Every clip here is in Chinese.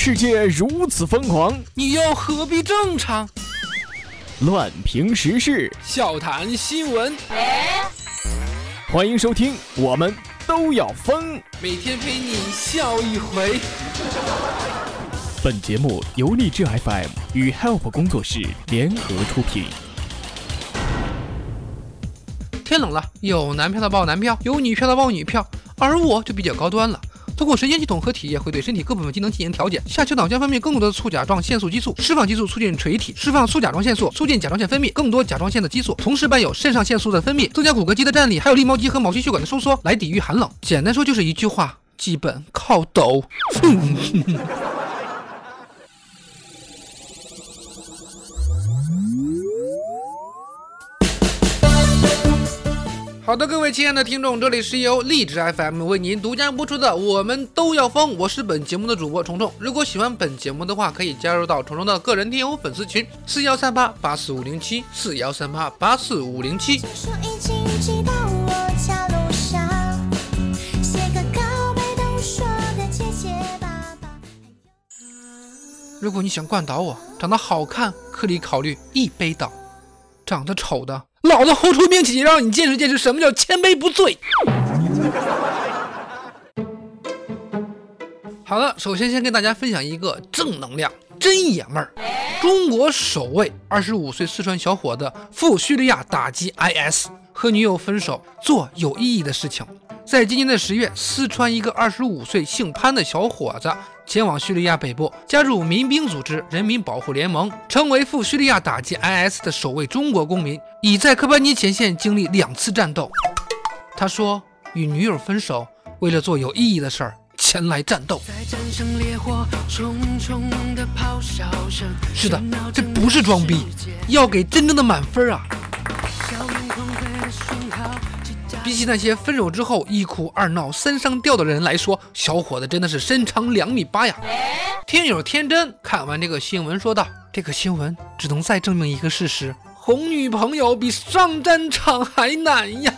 世界如此疯狂， 你又何必正常？ 乱评时事， 笑谈新闻， 欢迎收听，我们都要疯， 每天陪你笑一回。 本节目由荔枝 FM 与 Help 工作室联合出品。 天冷了，有男票的报男票，有女票的报女票，而我就比较高端了。通过神经系统和体液会对身体各部分机能进行调节，下丘脑将分泌更多的促甲状腺素激素，释放激素促进垂体，释放促甲状腺素促进甲状腺分泌更多甲状腺的激素，同时伴有肾上腺素的分泌，增加骨骼肌的站立，还有立毛肌和毛细血管的收缩，来抵御寒冷。简单说就是一句话，基本靠抖。好的，各位亲爱的听众，这里是由荔枝 FM 为您独家播出的我们都要疯，我是本节目的主播虫虫。如果喜欢本节目的话，可以加入到虫虫的个人听友粉丝群4138845507 4138845507。如果你想灌倒我，长得好看可以考虑一杯倒，长得丑的老子豁出命起让你见识见识什么叫千杯不醉。好了，首先跟大家分享一个正能量真爷们儿。中国首位25岁四川小伙子赴叙利亚打击 IS， 和女友分手做有意义的事情。在今年的10月，四川一个25岁姓潘的小伙子前往叙利亚北部，加入民兵组织人民保护联盟，成为赴叙利亚打击 IS 的首位中国公民，已在科巴尼前线经历2次战斗。他说与女友分手，为了做有意义的事儿前来战斗。是的，这不是装逼，要给真正的满分啊。比起那些分手之后一哭二闹三上吊的人来说，小伙子真的是身长2.8米呀。听友天真看完这个新闻说道，这个新闻只能再证明一个事实，哄女朋友比上战场还难呀。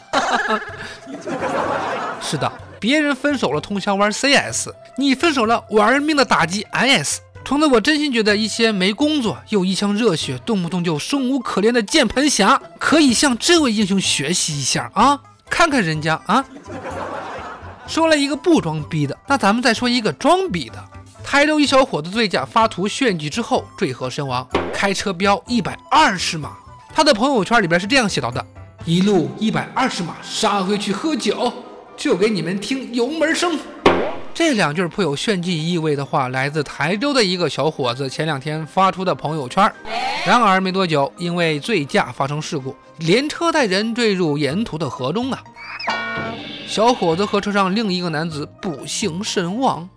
是的，别人分手了通宵玩 CS， 你分手了玩命的打击 IS。 虫子我真心觉得一些没工作又一腔热血动不动就生无可恋的键盘侠可以向这位英雄学习一下啊，看看人家啊。说了一个不装逼的，那咱们再说一个装逼的。台州一小伙子醉驾发图炫技之后坠河身亡，开车飙120码。他的朋友圈里边是这样写到的：一路120码杀回去喝酒，就给你们听油门声。这2句颇有炫技意味的话来自台州的一个小伙子前2天发出的朋友圈。然而没多久，因为醉驾发生事故，连车带人坠入沿途的河中啊！小伙子和车上另一个男子不幸身亡。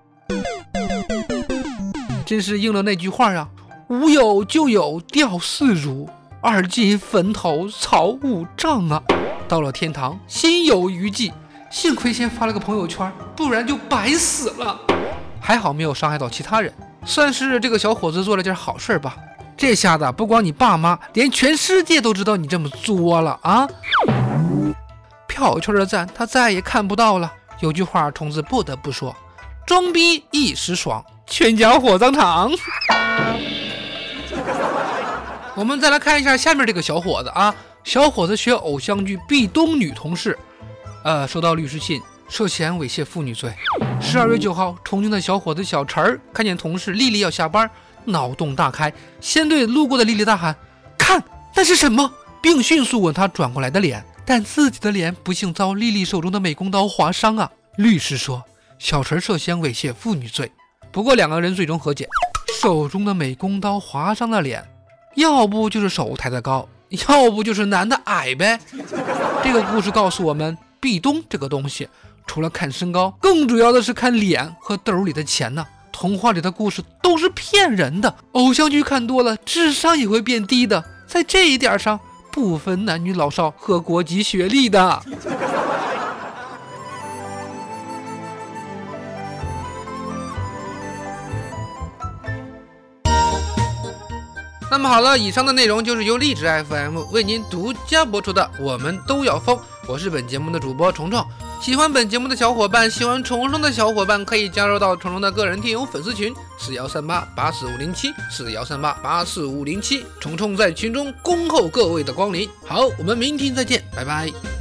真是应了那句话啊，无有就有吊四如，二进坟头草五丈啊！到了天堂心有余悸，幸亏先发了个朋友圈，不然就白死了。还好没有伤害到其他人，算是这个小伙子做了件好事吧。这下子不光你爸妈，连全世界都知道你这么作了啊！票圈的赞他再也看不到了。有句话虫子不得不说，装逼一时爽，全家火葬场。我们再来看一下下面这个小伙子啊，小伙子学偶像剧壁咚女同事收到律师信，涉嫌猥亵妇女罪。12月9号，重庆的小伙子小陈看见同事丽丽要下班，脑洞大开，先对路过的丽丽大喊：“看，那是什么？”并迅速吻她转过来的脸，但自己的脸不幸遭丽丽手中的美工刀划伤啊！律师说，小陈涉嫌猥亵妇女罪。不过2个人最终和解，手中的美工刀划伤的脸，要不就是手抬得高，要不就是男的矮呗。这个故事告诉我们，壁咚这个东西，除了看身高，更主要的是看脸和兜里的钱呢。童话里的故事都是骗人的，偶像剧看多了，智商也会变低的。在这一点上，不分男女老少和国籍学历的。 那么好了，以上的内容就是由荔枝 FM 为您独家播出的《我们都要疯》，我是本节目的主播虫虫。喜欢本节目的小伙伴，喜欢虫虫的小伙伴可以加入到虫虫的个人听友粉丝群41388455074138845507，虫虫在群中恭候各位的光临。好，我们明天再见，拜拜。